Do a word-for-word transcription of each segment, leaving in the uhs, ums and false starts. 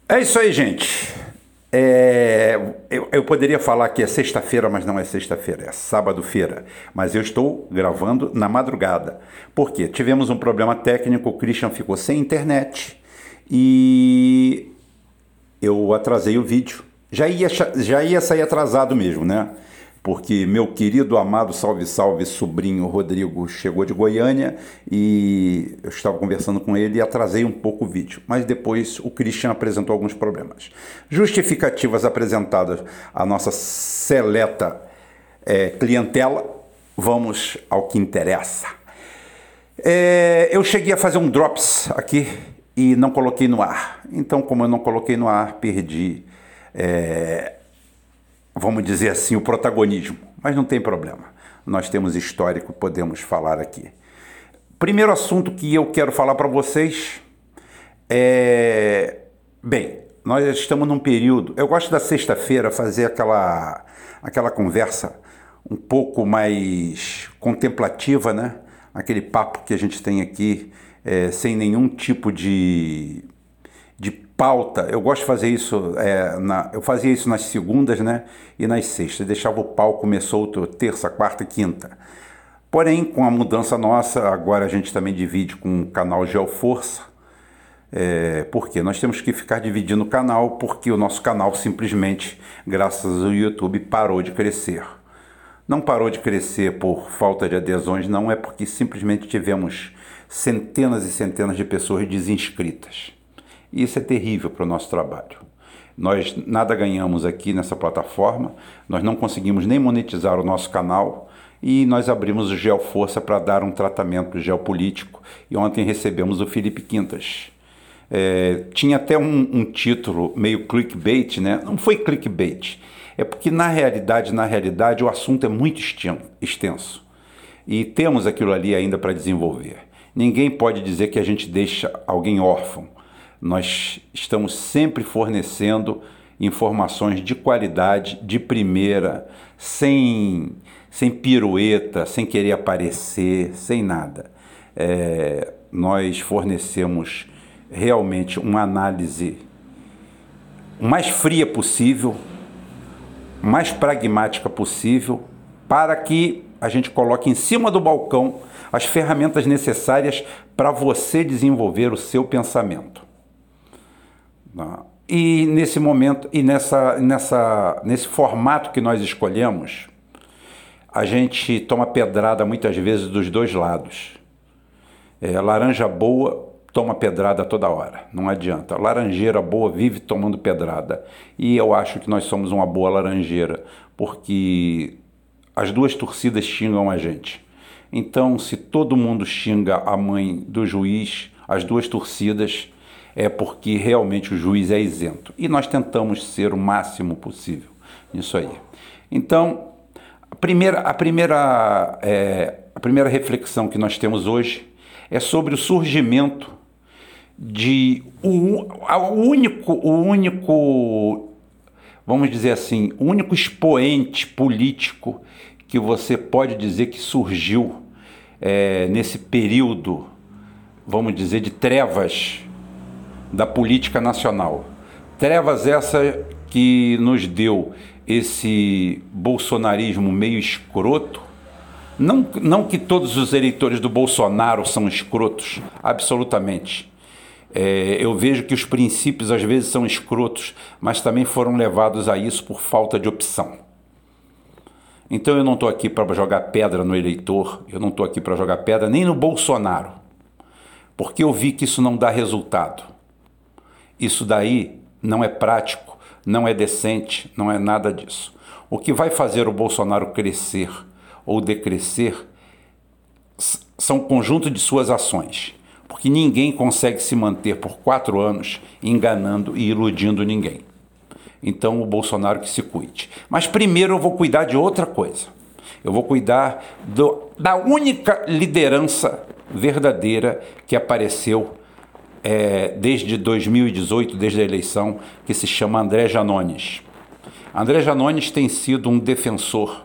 É isso aí, gente. É, eu, eu poderia falar que é sexta-feira, mas não é sexta-feira, é sábado-feira. Mas eu estou gravando na madrugada. Por quê? Tivemos um problema técnico, o Christian ficou sem internet e eu atrasei o vídeo. Já ia, já ia sair atrasado mesmo, né? Porque meu querido, amado, salve, salve, sobrinho Rodrigo chegou de Goiânia e eu estava conversando com ele e atrasei um pouco o vídeo. Mas depois o Christian apresentou alguns problemas. Justificativas apresentadas à nossa seleta é, clientela, vamos ao que interessa. É, eu cheguei a fazer um drops aqui e não coloquei no ar. Então, como eu não coloquei no ar, perdi... É, vamos dizer assim, o protagonismo, mas não tem problema. Nós temos histórico, podemos falar aqui. Primeiro assunto que eu quero falar para vocês é... Bem, nós estamos num período... Eu gosto da sexta-feira fazer aquela, aquela conversa um pouco mais contemplativa, né? Aquele papo que a gente tem aqui, é, sem nenhum tipo de... de pauta. Eu gosto de fazer isso, é, na, eu fazia isso nas segundas, né, e nas sextas, deixava o pau comer solto terça, quarta e quinta. Porém, com a mudança nossa, agora a gente também divide com o canal Geoforça, é, porque nós temos que ficar dividindo o canal, porque o nosso canal simplesmente, graças ao YouTube, parou de crescer. Não parou de crescer por falta de adesões, não, é porque simplesmente tivemos centenas e centenas de pessoas desinscritas. E isso é terrível para o nosso trabalho. Nós nada ganhamos aqui nessa plataforma, nós não conseguimos nem monetizar o nosso canal e nós abrimos o Geoforça para dar um tratamento geopolítico e ontem recebemos o Felipe Quintas. É, tinha até um, um título meio clickbait, né? Não foi clickbait, é porque na realidade, na realidade o assunto é muito extenso e temos aquilo ali ainda para desenvolver. Ninguém pode dizer que a gente deixa alguém órfão. Nós estamos sempre fornecendo informações de qualidade, de primeira, sem, sem pirueta, sem querer aparecer, sem nada. É, nós fornecemos realmente uma análise o mais fria possível, mais pragmática possível, para que a gente coloque em cima do balcão as ferramentas necessárias para você desenvolver o seu pensamento. E nesse momento, e nessa, nessa, nesse formato que nós escolhemos, a gente toma pedrada muitas vezes dos dois lados. É, laranja boa toma pedrada toda hora, não adianta. Laranjeira boa vive tomando pedrada. E eu acho que nós somos uma boa laranjeira, porque as duas torcidas xingam a gente. Então, se todo mundo xinga a mãe do juiz, as duas torcidas... é porque realmente o juiz é isento. E nós tentamos ser o máximo possível nisso aí. Então, a primeira, a primeira, é, a primeira reflexão que nós temos hoje é sobre o surgimento de o, o, único, o único, vamos dizer assim, o único expoente político que você pode dizer que surgiu é, nesse período, vamos dizer, de trevas da política nacional. Trevas essa que nos deu esse bolsonarismo meio escroto. Não, não que todos os eleitores do Bolsonaro são escrotos, absolutamente. É, eu vejo que os princípios às vezes são escrotos, mas também foram levados a isso por falta de opção. Então eu não estou aqui para jogar pedra no eleitor, eu não estou aqui para jogar pedra nem no Bolsonaro, porque eu vi que isso não dá resultado. Isso daí não é prático, não é decente, não é nada disso. O que vai fazer o Bolsonaro crescer ou decrescer são o conjunto de suas ações, porque ninguém consegue se manter por quatro anos enganando e iludindo ninguém. Então o Bolsonaro que se cuide. Mas primeiro eu vou cuidar de outra coisa. Eu vou cuidar do, da única liderança verdadeira que apareceu É, desde dois mil e dezoito, desde a eleição, que se chama André Janones. André Janones tem sido um defensor,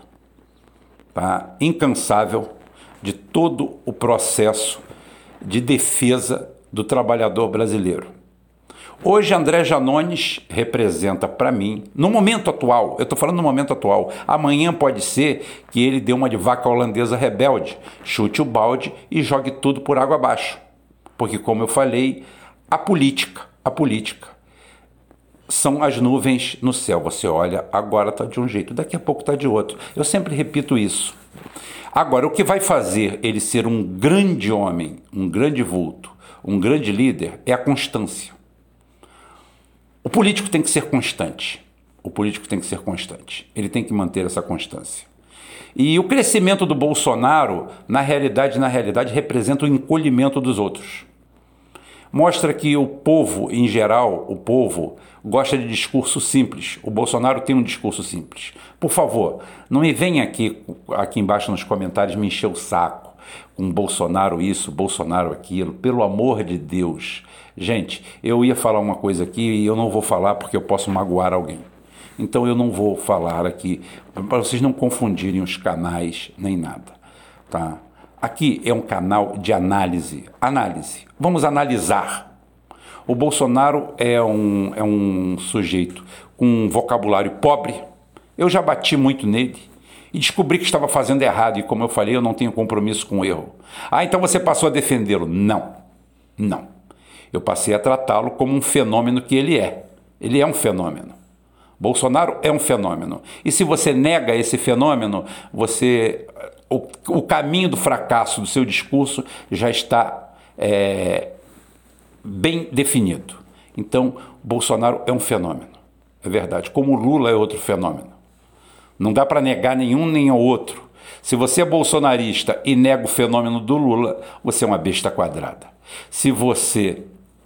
tá, incansável de todo o processo de defesa do trabalhador brasileiro. Hoje, André Janones representa para mim, no momento atual, eu estou falando no momento atual, amanhã pode ser que ele dê uma de vaca holandesa rebelde, chute o balde e jogue tudo por água abaixo. Porque, como eu falei, a política, a política são as nuvens no céu. Você olha, agora está de um jeito, daqui a pouco está de outro. Eu sempre repito isso. Agora, o que vai fazer ele ser um grande homem, um grande vulto, um grande líder, é a constância. O político tem que ser constante. O político tem que ser constante. Ele tem que manter essa constância. E o crescimento do Bolsonaro, na realidade, na realidade, representa o encolhimento dos outros. Mostra que o povo, em geral, o povo, gosta de discurso simples. O Bolsonaro tem um discurso simples. Por favor, não me venha aqui, aqui embaixo nos comentários me encher o saco com Bolsonaro isso, Bolsonaro aquilo. Pelo amor de Deus. Gente, eu ia falar uma coisa aqui e eu não vou falar porque eu posso magoar alguém. Então eu não vou falar aqui, para vocês não confundirem os canais nem nada, tá? Aqui é um canal de análise. Análise. Vamos analisar. O Bolsonaro é um, é um sujeito com um vocabulário pobre. Eu já bati muito nele e descobri que estava fazendo errado. E como eu falei, eu não tenho compromisso com o erro. Ah, então você passou a defendê-lo. Não. Não. Eu passei a tratá-lo como um fenômeno que ele é. Ele é um fenômeno. Bolsonaro é um fenômeno. E se você nega esse fenômeno, você... O, o caminho do fracasso do seu discurso já está é, bem definido. Então, Bolsonaro é um fenômeno, é verdade. Como Lula é outro fenômeno. Não dá para negar nenhum nem o outro. Se você é bolsonarista e nega o fenômeno do Lula, você é uma besta quadrada. Se você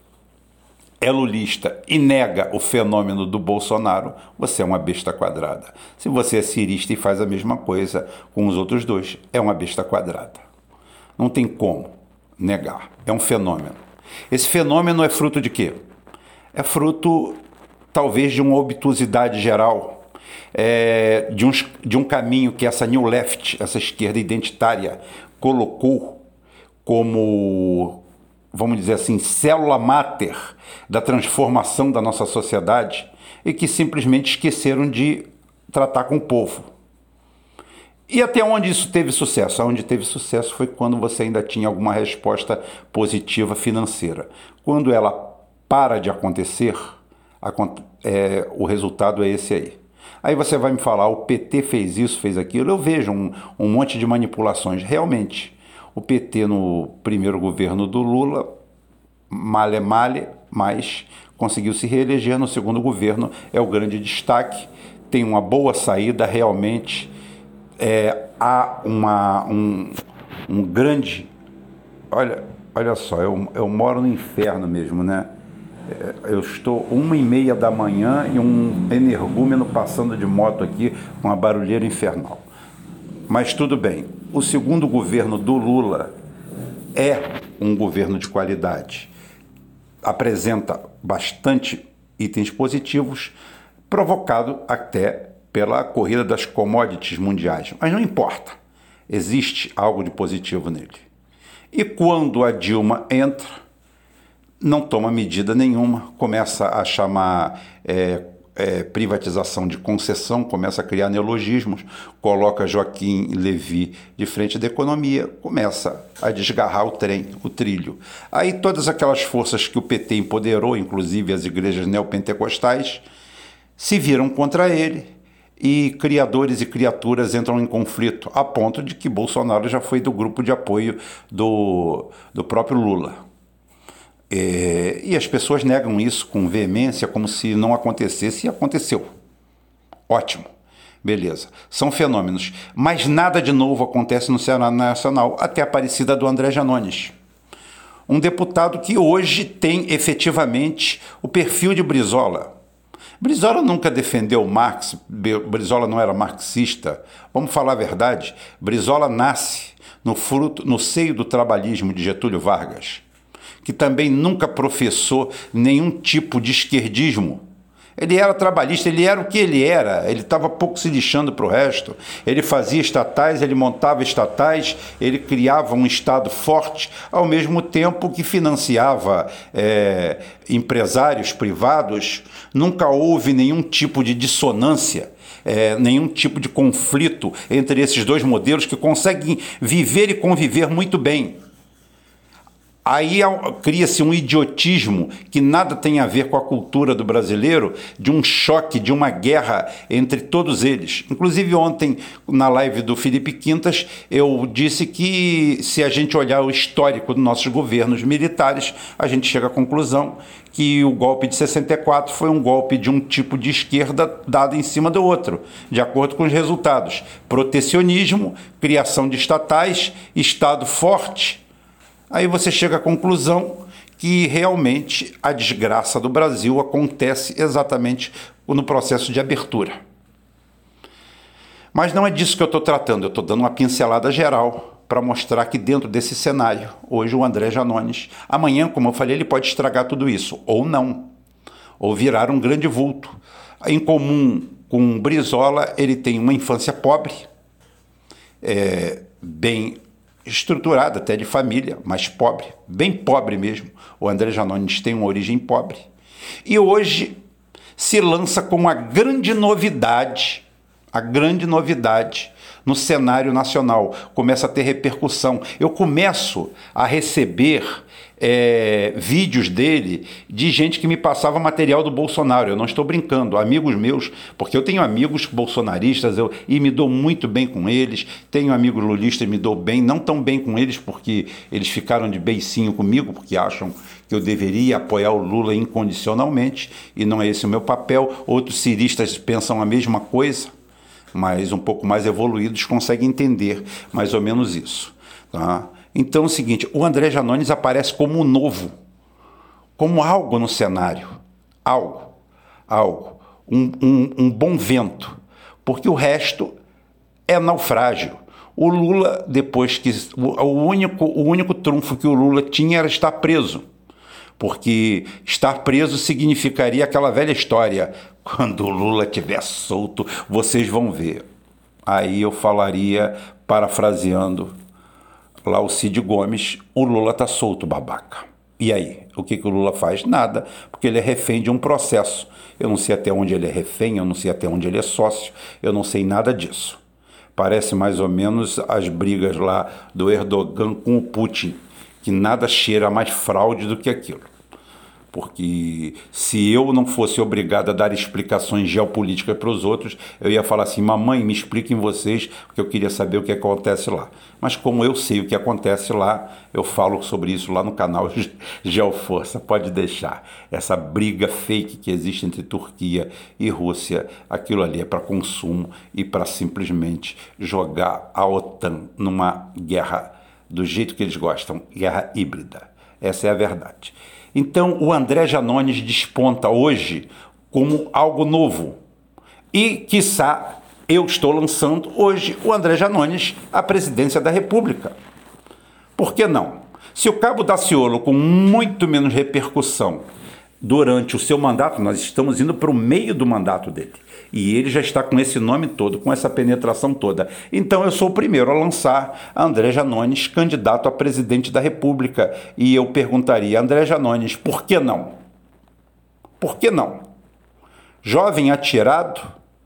é lulista e nega o fenômeno do Bolsonaro, você é uma besta quadrada. Se você é cirista e faz a mesma coisa com os outros dois, é uma besta quadrada. Não tem como negar. É um fenômeno. Esse fenômeno é fruto de quê? É fruto, talvez, de uma obtusidade geral, é, de, uns, de um caminho que essa New Left, essa esquerda identitária, colocou como... vamos dizer assim, célula máter da transformação da nossa sociedade e que simplesmente esqueceram de tratar com o povo. E até onde isso teve sucesso? Onde teve sucesso foi quando você ainda tinha alguma resposta positiva financeira. Quando ela para de acontecer, é, o resultado é esse aí. Aí você vai me falar, o P T fez isso, fez aquilo. Eu vejo um, um monte de manipulações. Realmente, o P T no primeiro governo do Lula, male male, mas conseguiu se reeleger. No segundo governo é o grande destaque, tem uma boa saída, realmente é, há uma, um, um grande... Olha, olha só, eu, eu moro no inferno mesmo, né? Eu estou uma e meia da manhã e um energúmeno passando de moto aqui com uma barulheira infernal. Mas tudo bem, o segundo governo do Lula é um governo de qualidade. Apresenta bastante itens positivos, provocado até pela corrida das commodities mundiais. Mas não importa, existe algo de positivo nele. E quando a Dilma entra, não toma medida nenhuma, começa a chamar... É, É, privatização de concessão, começa a criar neologismos, coloca Joaquim Levy de frente da economia, começa a desgarrar o trem, o trilho. Aí todas aquelas forças que o P T empoderou, inclusive as igrejas neopentecostais, se viram contra ele e criadores e criaturas entram em conflito, a ponto de que Bolsonaro já foi do grupo de apoio do, do próprio Lula. É, e as pessoas negam isso com veemência, como se não acontecesse, e aconteceu. Ótimo, beleza. São fenômenos. Mas nada de novo acontece no cenário nacional, até a aparecida do André Janones. Um deputado que hoje tem efetivamente o perfil de Brizola. Brizola nunca defendeu Marx, Brizola não era marxista. Vamos falar a verdade, Brizola nasce no, fruto, no seio do trabalhismo de Getúlio Vargas, que também nunca professou nenhum tipo de esquerdismo. Ele era trabalhista, ele era o que ele era, ele estava pouco se lixando para o resto. Ele fazia estatais, ele montava estatais, ele criava um Estado forte, ao mesmo tempo que financiava é, empresários privados. Nunca houve nenhum tipo de dissonância, é, nenhum tipo de conflito entre esses dois modelos que conseguem viver e conviver muito bem. Aí cria-se um idiotismo que nada tem a ver com a cultura do brasileiro, de um choque, de uma guerra entre todos eles. Inclusive ontem, na live do Felipe Quintas, eu disse que se a gente olhar o histórico dos nossos governos militares, a gente chega à conclusão que o golpe de sessenta e quatro foi um golpe de um tipo de esquerda dado em cima do outro, de acordo com os resultados. Protecionismo, criação de estatais, Estado forte. Aí você chega à conclusão que realmente a desgraça do Brasil acontece exatamente no processo de abertura. Mas não é disso que eu estou tratando, eu estou dando uma pincelada geral para mostrar que dentro desse cenário, hoje o André Janones, amanhã, como eu falei, ele pode estragar tudo isso, ou não, ou virar um grande vulto. Em comum com Brizola, ele tem uma infância pobre, é, bem estruturada, até de família, mas pobre, bem pobre mesmo. O André Janones tem uma origem pobre. E hoje se lança com a grande novidade, a grande novidade no cenário nacional. Começa a ter repercussão. Eu começo a receber é, vídeos dele de gente que me passava material do Bolsonaro. Eu não estou brincando, amigos meus, porque eu tenho amigos bolsonaristas eu, e me dou muito bem com eles, tenho amigos lulistas e me dou bem, não tão bem com eles porque eles ficaram de beicinho comigo, porque acham que eu deveria apoiar o Lula incondicionalmente, e não é esse o meu papel. Outros ciristas pensam a mesma coisa, mas um pouco mais evoluídos conseguem entender mais ou menos isso, tá? Então é o seguinte, o André Janones aparece como um novo, como algo no cenário, algo, algo, um, um, um bom vento, porque o resto é naufrágio. O Lula, depois que... O, o, único, o único trunfo que o Lula tinha era estar preso, porque estar preso significaria aquela velha história, quando o Lula estiver solto, vocês vão ver. Aí eu falaria, parafraseando lá o Cid Gomes, o Lula está solto, babaca. E aí? O que, que o Lula faz? Nada, porque ele é refém de um processo. Eu não sei até onde ele é refém, eu não sei até onde ele é sócio, eu não sei nada disso. Parece mais ou menos as brigas lá do Erdogan com o Putin, que nada cheira mais fraude do que aquilo. Porque se eu não fosse obrigado a dar explicações geopolíticas para os outros, eu ia falar assim, mamãe, me expliquem vocês, porque eu queria saber o que acontece lá. Mas como eu sei o que acontece lá, eu falo sobre isso lá no canal Geoforça, pode deixar. Essa briga fake que existe entre Turquia e Rússia, aquilo ali é para consumo e para simplesmente jogar a OTAN numa guerra do jeito que eles gostam, guerra híbrida. Essa é a verdade. Então, o André Janones desponta hoje como algo novo. E, quiçá, eu estou lançando hoje o André Janones à presidência da República. Por que não? Se o Cabo Daciolo, com muito menos repercussão durante o seu mandato, nós estamos indo para o meio do mandato dele, e ele já está com esse nome todo, com essa penetração toda. Então eu sou o primeiro a lançar André Janones, candidato a presidente da República. E eu perguntaria, André Janones, por que não? Por que não? Jovem atirado,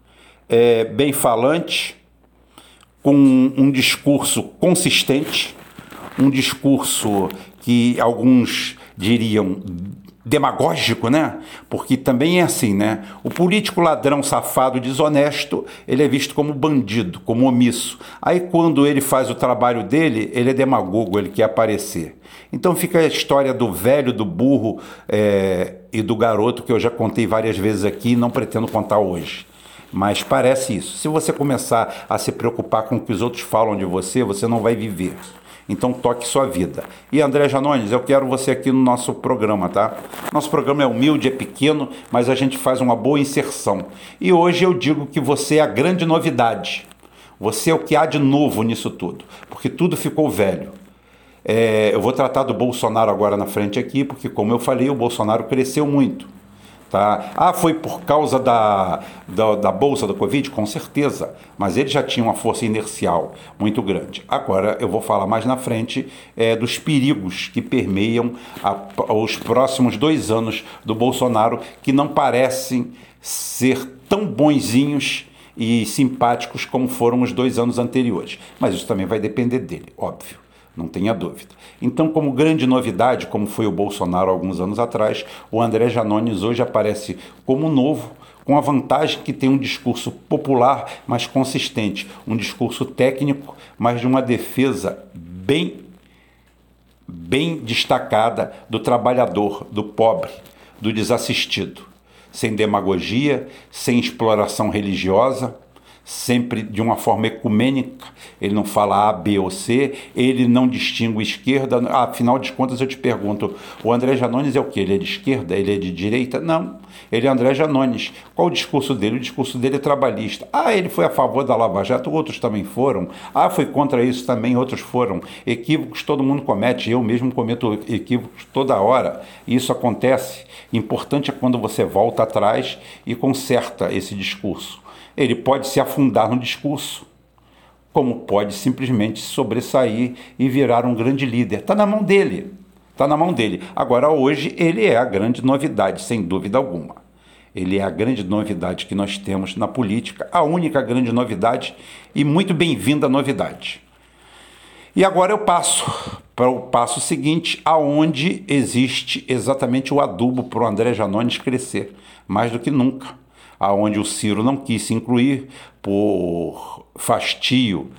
é, bem falante, com um discurso consistente, um discurso que alguns diriam demagógico, né? Porque também é assim, né? O político ladrão, safado, desonesto, ele é visto como bandido, como omisso. Aí quando ele faz o trabalho dele, ele é demagogo, ele quer aparecer. Então fica a história do velho, do burro é, e do garoto que eu já contei várias vezes aqui e não pretendo contar hoje. Mas parece isso. Se você começar a se preocupar com o que os outros falam de você, você não vai viver. Então toque sua vida. E André Janones, eu quero você aqui no nosso programa, tá? Nosso programa é humilde, é pequeno, mas a gente faz uma boa inserção. E hoje eu digo que você é a grande novidade. Você é o que há de novo nisso tudo, porque tudo ficou velho. É, eu vou tratar do Bolsonaro agora na frente aqui, porque como eu falei, o Bolsonaro cresceu muito. Tá? Ah, foi por causa da, da, da bolsa da Covid? Com certeza, mas ele já tinha uma força inercial muito grande. Agora eu vou falar mais na frente é, dos perigos que permeiam a, os próximos dois anos do Bolsonaro, que não parecem ser tão bonzinhos e simpáticos como foram os dois anos anteriores. Mas isso também vai depender dele, óbvio. Não tenha dúvida. Então, como grande novidade, como foi o Bolsonaro há alguns anos atrás, o André Janones hoje aparece como novo, com a vantagem que tem um discurso popular, mas consistente, um discurso técnico, mas de uma defesa bem, bem destacada do trabalhador, do pobre, do desassistido, sem demagogia, sem exploração religiosa, sempre de uma forma ecumênica. Ele não fala A, B ou C, ele não distingue esquerda. Afinal de contas, eu te pergunto, o André Janones é o quê? Ele é de esquerda? Ele é de direita? Não, ele é André Janones. Qual o discurso dele? O discurso dele é trabalhista. Ah, ele foi a favor da Lava Jato, outros também foram. Ah, foi contra isso também, outros foram. Equívocos todo mundo comete, eu mesmo cometo equívocos toda hora. E isso acontece. Importante é quando você volta atrás e conserta esse discurso. Ele pode se afundar no discurso, como pode simplesmente sobressair e virar um grande líder. Está na mão dele, está na mão dele. Agora, hoje, ele é a grande novidade, sem dúvida alguma. Ele é a grande novidade que nós temos na política, a única grande novidade e muito bem-vinda novidade. E agora eu passo para o passo seguinte, aonde existe exatamente o adubo para o André Janones crescer, mais do que nunca. Aonde o Ciro não quis se incluir por fastio,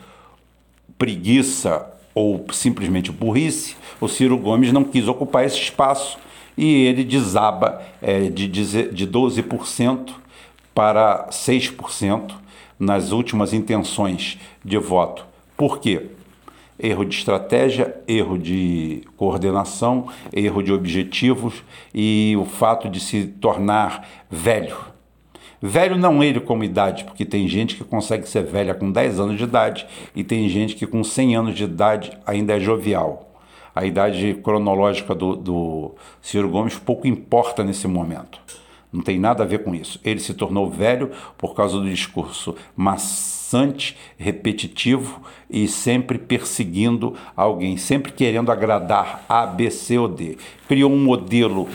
preguiça ou simplesmente burrice, o Ciro Gomes não quis ocupar esse espaço e ele desaba é, de, de doze por cento para seis por cento nas últimas intenções de voto. Por quê? Erro de estratégia, erro de coordenação, erro de objetivos e o fato de se tornar velho. Velho não ele como idade, porque tem gente que consegue ser velha com dez anos de idade e tem gente que com cem anos de idade ainda é jovial. A idade cronológica do, do Ciro Gomes pouco importa nesse momento. Não tem nada a ver com isso. Ele se tornou velho por causa do discurso maçante, repetitivo e sempre perseguindo alguém, sempre querendo agradar A, B, C ou D. Criou um modelo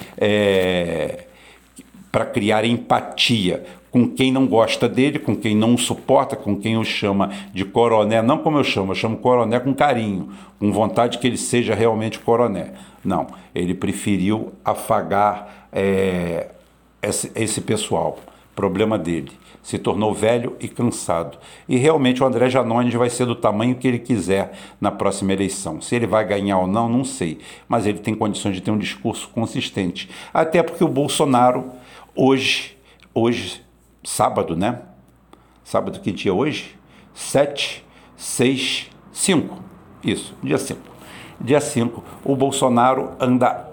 é, para criar empatia com quem não gosta dele, com quem não o suporta, com quem o chama de coroné, não como eu chamo, eu chamo coroné com carinho, com vontade que ele seja realmente coroné. Não, ele preferiu afagar é, esse, esse pessoal, problema dele. Se tornou velho e cansado. E realmente o André Janones vai ser do tamanho que ele quiser na próxima eleição. Se ele vai ganhar ou não, não sei. Mas ele tem condições de ter um discurso consistente. Até porque o Bolsonaro, hoje, hoje sábado, né? Sábado, que dia é hoje? sete, seis, cinco. Isso, dia cinco. Dia cinco, o Bolsonaro anda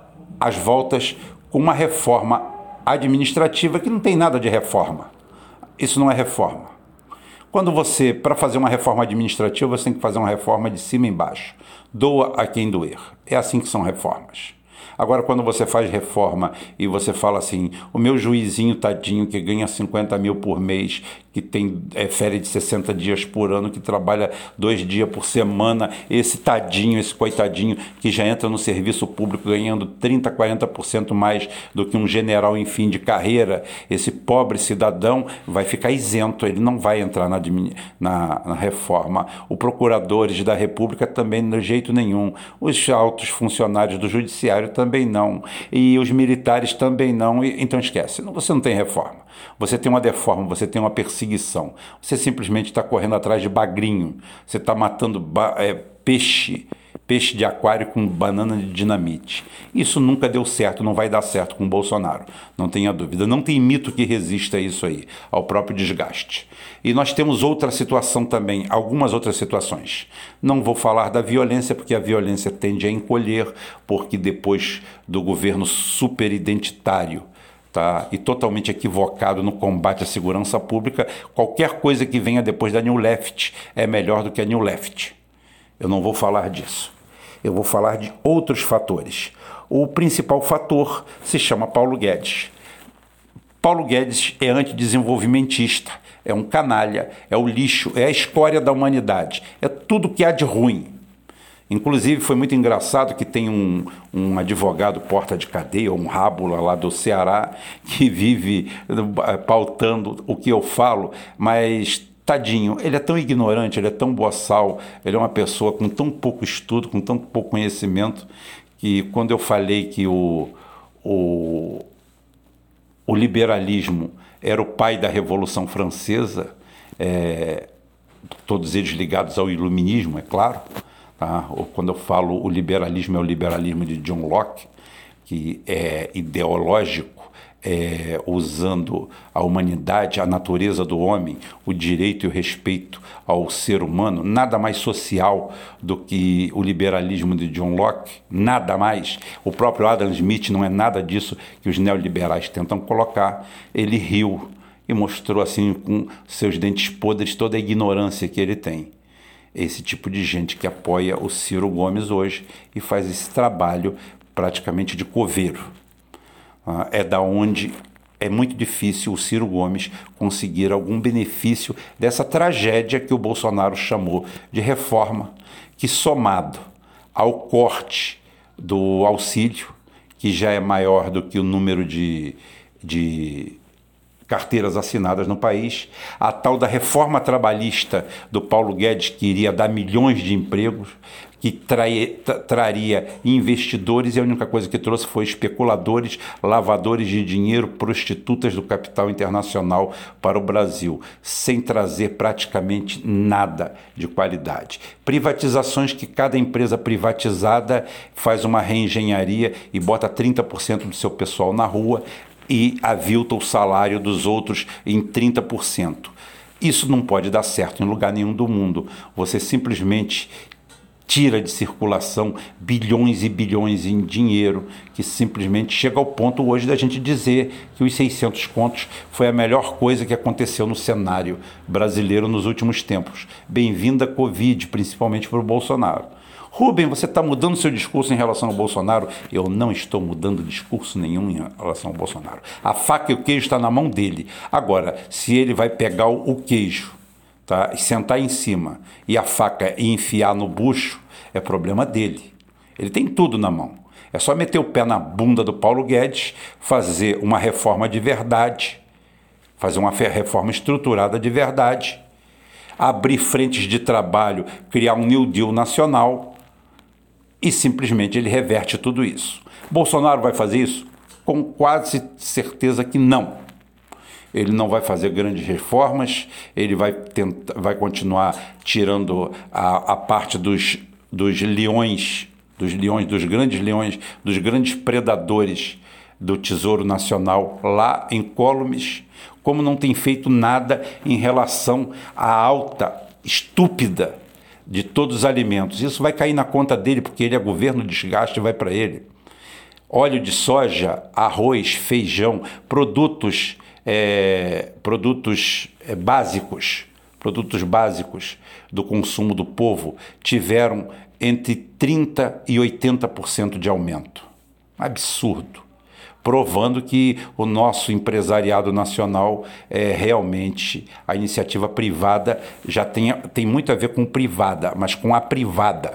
às voltas com uma reforma administrativa que não tem nada de reforma. Isso não é reforma. Quando você, para fazer uma reforma administrativa, você tem que fazer uma reforma de cima e embaixo. Doa a quem doer. É assim que são reformas. Agora, quando você faz reforma e você fala assim, o meu juizinho tadinho que ganha cinquenta mil por mês, que tem é, férias de sessenta dias por ano, que trabalha dois dias por semana, esse tadinho, esse coitadinho, que já entra no serviço público ganhando trinta, quarenta por cento mais do que um general em fim de carreira, esse pobre cidadão vai ficar isento, ele não vai entrar na, na, na reforma. Os procuradores da República também, de jeito nenhum. Os altos funcionários do Judiciário também também não, e os militares também não, e, então esquece, você não tem reforma, você tem uma deforma, você tem uma perseguição, você simplesmente está correndo atrás de bagrinho, você está matando ba é, peixe, peixe de aquário com banana de dinamite. Isso nunca deu certo, não vai dar certo com o Bolsonaro, não tenha dúvida, não tem mito que resista a isso aí, ao próprio desgaste. E nós temos outra situação também, algumas outras situações. Não vou falar da violência, porque a violência tende a encolher, porque depois do governo superidentitário, tá, e totalmente equivocado no combate à segurança pública, qualquer coisa que venha depois da New Left é melhor do que a New Left. Eu não vou falar disso. Eu vou falar de outros fatores. O principal fator se chama Paulo Guedes. Paulo Guedes é antidesenvolvimentista, é um canalha, é o lixo, é a escória da humanidade, é tudo que há de ruim. Inclusive, foi muito engraçado que tem um, um advogado porta de cadeia, um rábula lá do Ceará, que vive pautando o que eu falo, mas, tadinho, ele é tão ignorante, ele é tão boçal, ele é uma pessoa com tão pouco estudo, com tão pouco conhecimento, que quando eu falei que o, o, o liberalismo era o pai da Revolução Francesa, é, todos eles ligados ao iluminismo, é claro. Tá? Ou quando eu falo o liberalismo, é o liberalismo de John Locke, que é ideológico, é, usando a humanidade, a natureza do homem, o direito e o respeito ao ser humano, nada mais social do que o liberalismo de John Locke, nada mais. O próprio Adam Smith não é nada disso que os neoliberais tentam colocar. Ele riu e mostrou assim com seus dentes podres toda a ignorância que ele tem. Esse tipo de gente que apoia o Ciro Gomes hoje e faz esse trabalho praticamente de coveiro. É da onde é muito difícil o Ciro Gomes conseguir algum benefício dessa tragédia que o Bolsonaro chamou de reforma, que somado ao corte do auxílio, que já é maior do que o número de... de carteiras assinadas no país, a tal da reforma trabalhista do Paulo Guedes, que iria dar milhões de empregos, que trai, traria investidores, e a única coisa que trouxe foi especuladores, lavadores de dinheiro, prostitutas do capital internacional para o Brasil, sem trazer praticamente nada de qualidade. Privatizações que cada empresa privatizada faz uma reengenharia e bota trinta por cento do seu pessoal na rua, e avilta o salário dos outros em trinta por cento. Isso não pode dar certo em lugar nenhum do mundo. Você simplesmente tira de circulação bilhões e bilhões em dinheiro, que simplesmente chega ao ponto hoje da gente dizer que os seiscentos contos foi a melhor coisa que aconteceu no cenário brasileiro nos últimos tempos. Bem-vinda Covid, principalmente para o Bolsonaro. Rubem, você está mudando seu discurso em relação ao Bolsonaro? Eu não estou mudando discurso nenhum em relação ao Bolsonaro. A faca e o queijo estão na mão dele. Agora, se ele vai pegar o queijo, tá, e sentar em cima e a faca e enfiar no bucho, é problema dele. Ele tem tudo na mão. É só meter o pé na bunda do Paulo Guedes, fazer uma reforma de verdade, fazer uma reforma estruturada de verdade, abrir frentes de trabalho, criar um New Deal nacional, e simplesmente ele reverte tudo isso. Bolsonaro vai fazer isso? Com quase certeza que não. Ele não vai fazer grandes reformas, ele vai, tentar, vai continuar tirando a, a parte dos, dos leões, dos leões, dos grandes leões, dos grandes predadores do Tesouro Nacional lá em incólumes, como não tem feito nada em relação à alta estúpida de todos os alimentos. Isso vai cair na conta dele, porque ele é governo, o desgaste vai para ele. Óleo de soja, arroz, feijão, produtos, é, produtos é, básicos, produtos básicos do consumo do povo tiveram entre trinta por cento e oitenta por cento de aumento. Absurdo. Provando que o nosso empresariado nacional é realmente, a iniciativa privada já tem, tem muito a ver com privada, mas com a privada.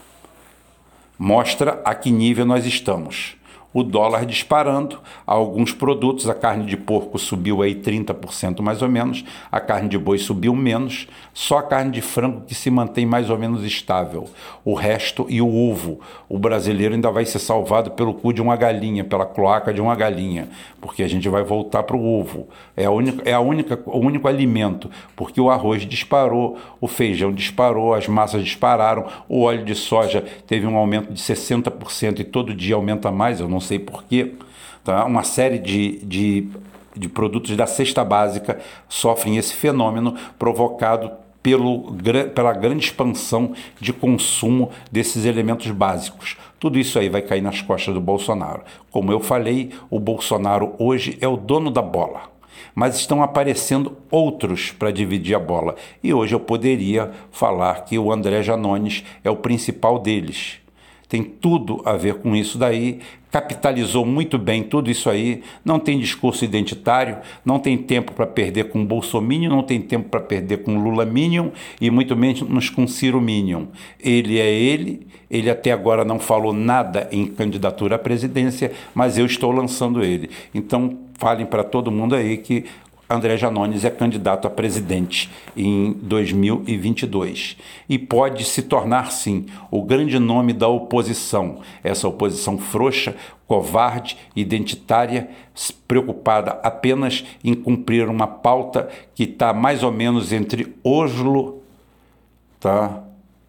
Mostra a que nível nós estamos. O dólar disparando, alguns produtos, a carne de porco subiu aí trinta por cento mais ou menos, a carne de boi subiu menos, só a carne de frango que se mantém mais ou menos estável. O resto e o ovo, o brasileiro ainda vai ser salvado pelo cu de uma galinha, pela cloaca de uma galinha, porque a gente vai voltar para o ovo. É, a única, é a única, o único alimento, porque o arroz disparou, o feijão disparou, as massas dispararam, o óleo de soja teve um aumento de sessenta por cento e todo dia aumenta mais, eu não sei porquê, tá? Uma série de, de, de produtos da cesta básica sofrem esse fenômeno provocado pelo, pela grande expansão de consumo desses elementos básicos. Tudo isso aí vai cair nas costas do Bolsonaro. Como eu falei, o Bolsonaro hoje é o dono da bola, mas estão aparecendo outros para dividir a bola. E hoje eu poderia falar que o André Janones é o principal deles. tem tudo a ver com isso daí, capitalizou muito bem tudo isso aí, não tem discurso identitário, não tem tempo para perder com Bolsominion, não tem tempo para perder com Lula Minion e muito menos com Ciro Minion. Ele é ele, ele até agora não falou nada em candidatura à presidência, mas eu estou lançando ele. Então falem para todo mundo aí que André Janones é candidato a presidente em dois mil e vinte e dois e pode se tornar, sim, o grande nome da oposição, essa oposição frouxa, covarde, identitária, preocupada apenas em cumprir uma pauta que está mais ou menos entre Oslo, tá,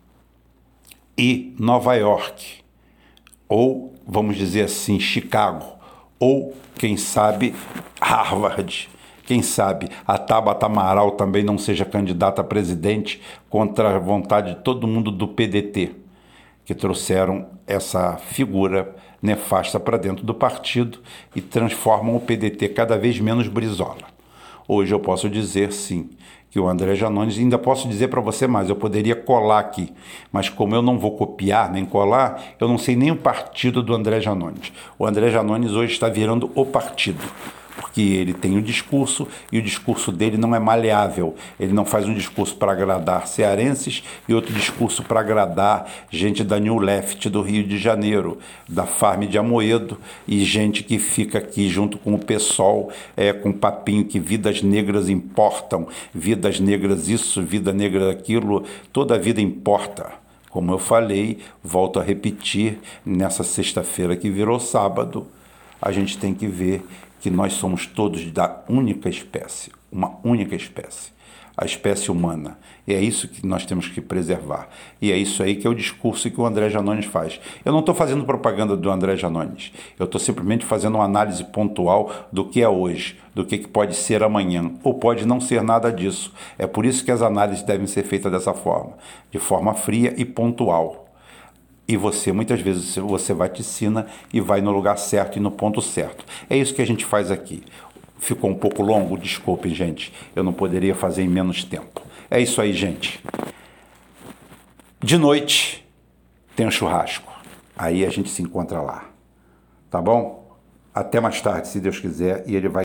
e Nova York, ou, vamos dizer assim, Chicago, ou, quem sabe, Harvard. Quem sabe a Tabata Amaral também não seja candidata a presidente contra a vontade de todo mundo do P D T, que trouxeram essa figura nefasta para dentro do partido e transformam o P D T cada vez menos Brizola. Hoje eu posso dizer, sim, que o André Janones, ainda posso dizer para você mais, eu poderia colar aqui, mas como eu não vou copiar nem colar, eu não sei nem o partido do André Janones. O André Janones hoje está virando o partido, porque ele tem um discurso e o discurso dele não é maleável. Ele não faz um discurso para agradar cearenses e outro discurso para agradar gente da New Left do Rio de Janeiro, da Farm de Amoedo, e gente que fica aqui junto com o PSOL, é, com papinho que vidas negras importam, vidas negras isso, vida negra aquilo, toda a vida importa. Como eu falei, volto a repetir, nessa sexta-feira que virou sábado, a gente tem que ver que nós somos todos da única espécie, uma única espécie, a espécie humana. E é isso que nós temos que preservar. E é isso aí que é o discurso que o André Janones faz. Eu não estou fazendo propaganda do André Janones, eu estou simplesmente fazendo uma análise pontual do que é hoje, do que pode ser amanhã, ou pode não ser nada disso. É por isso que as análises devem ser feitas dessa forma, de forma fria e pontual. E você, muitas vezes, você vaticina e vai no lugar certo e no ponto certo. É isso que a gente faz aqui. Ficou um pouco longo? Desculpem, gente. Eu não poderia fazer em menos tempo. É isso aí, gente. De noite tem um churrasco. Aí a gente se encontra lá. Tá bom? Até mais tarde, se Deus quiser, e ele vai